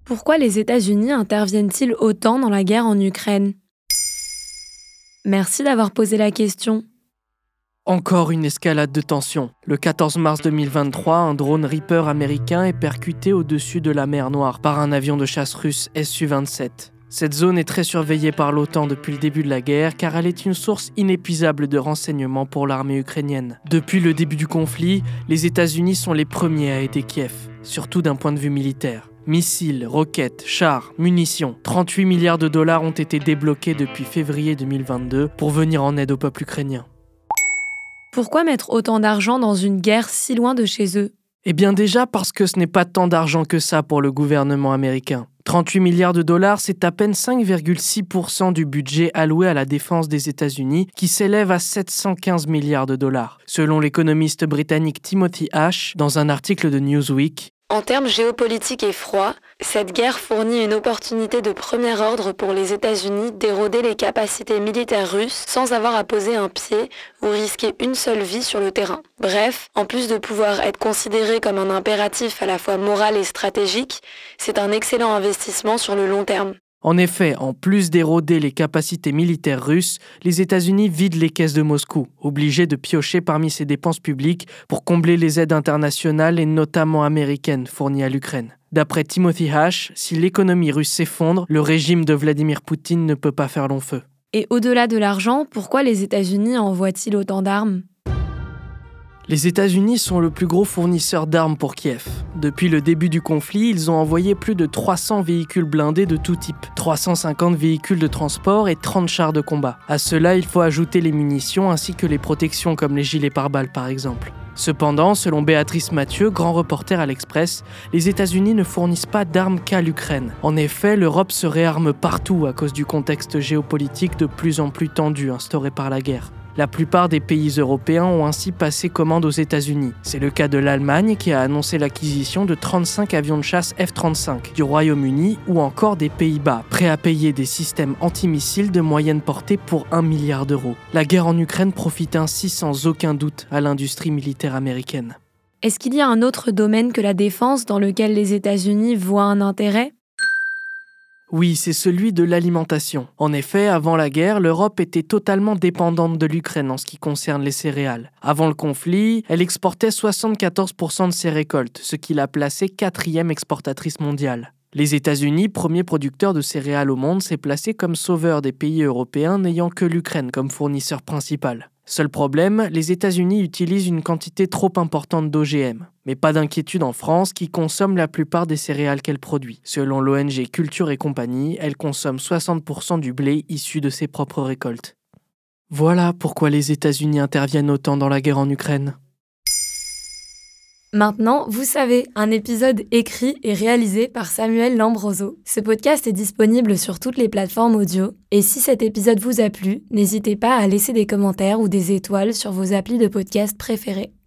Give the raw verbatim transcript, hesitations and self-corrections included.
Pourquoi les États-Unis interviennent-ils autant dans la guerre en Ukraine ? Merci d'avoir posé la question. Encore une escalade de tension. Le quatorze mars deux mille vingt-trois, un drone Reaper américain est percuté au-dessus de la mer Noire par un avion de chasse russe S U vingt-sept. Cette zone est très surveillée par l'OTAN depuis le début de la guerre car elle est une source inépuisable de renseignements pour l'armée ukrainienne. Depuis le début du conflit, les États-Unis sont les premiers à aider Kiev, surtout d'un point de vue militaire. Missiles, roquettes, chars, munitions, trente-huit milliards de dollars ont été débloqués depuis février deux mille vingt-deux pour venir en aide au peuple ukrainien. Pourquoi mettre autant d'argent dans une guerre si loin de chez eux ? Eh bien déjà parce que ce n'est pas tant d'argent que ça pour le gouvernement américain. trente-huit milliards de dollars, c'est à peine cinq virgule six pour cent du budget alloué à la défense des États-Unis, qui s'élève à sept cent quinze milliards de dollars. Selon l'économiste britannique Timothy Ash, dans un article de Newsweek, en termes géopolitiques et froids, cette guerre fournit une opportunité de premier ordre pour les États-Unis d'éroder les capacités militaires russes sans avoir à poser un pied ou risquer une seule vie sur le terrain. Bref, en plus de pouvoir être considéré comme un impératif à la fois moral et stratégique, c'est un excellent investissement sur le long terme. En effet, en plus d'éroder les capacités militaires russes, les États-Unis vident les caisses de Moscou, obligés de piocher parmi ses dépenses publiques pour combler les aides internationales et notamment américaines fournies à l'Ukraine. D'après Timothy Ash, si l'économie russe s'effondre, le régime de Vladimir Poutine ne peut pas faire long feu. Et au-delà de l'argent, pourquoi les États-Unis envoient-ils autant d'armes ? Les États-Unis sont le plus gros fournisseur d'armes pour Kiev. Depuis le début du conflit, ils ont envoyé plus de trois cents véhicules blindés de tout type, trois cent cinquante véhicules de transport et trente chars de combat. À cela, il faut ajouter les munitions ainsi que les protections comme les gilets pare-balles par exemple. Cependant, selon Béatrice Mathieu, grand reporter à l'Express, les États-Unis ne fournissent pas d'armes qu'à l'Ukraine. En effet, l'Europe se réarme partout à cause du contexte géopolitique de plus en plus tendu instauré par la guerre. La plupart des pays européens ont ainsi passé commande aux États-Unis. C'est le cas de l'Allemagne qui a annoncé l'acquisition de trente-cinq avions de chasse F trente-cinq, du Royaume-Uni ou encore des Pays-Bas, prêts à payer des systèmes antimissiles de moyenne portée pour un milliard d'euros. La guerre en Ukraine profite ainsi sans aucun doute à l'industrie militaire américaine. Est-ce qu'il y a un autre domaine que la défense dans lequel les États-Unis voient un intérêt ? Oui, c'est celui de l'alimentation. En effet, avant la guerre, l'Europe était totalement dépendante de l'Ukraine en ce qui concerne les céréales. Avant le conflit, elle exportait soixante-quatorze pour cent de ses récoltes, ce qui l'a placée quatrième exportatrice mondiale. Les États-Unis, premier producteur de céréales au monde, s'est placé comme sauveur des pays européens n'ayant que l'Ukraine comme fournisseur principal. Seul problème, les États-Unis utilisent une quantité trop importante d'O G M. Mais pas d'inquiétude en France, qui consomme la plupart des céréales qu'elle produit. Selon l'O N G Culture et Compagnie, elle consomme soixante pour cent du blé issu de ses propres récoltes. Voilà pourquoi les États-Unis interviennent autant dans la guerre en Ukraine. Maintenant, vous savez, un épisode écrit et réalisé par Samuel Lambroso. Ce podcast est disponible sur toutes les plateformes audio. Et si cet épisode vous a plu, n'hésitez pas à laisser des commentaires ou des étoiles sur vos applis de podcast préférés.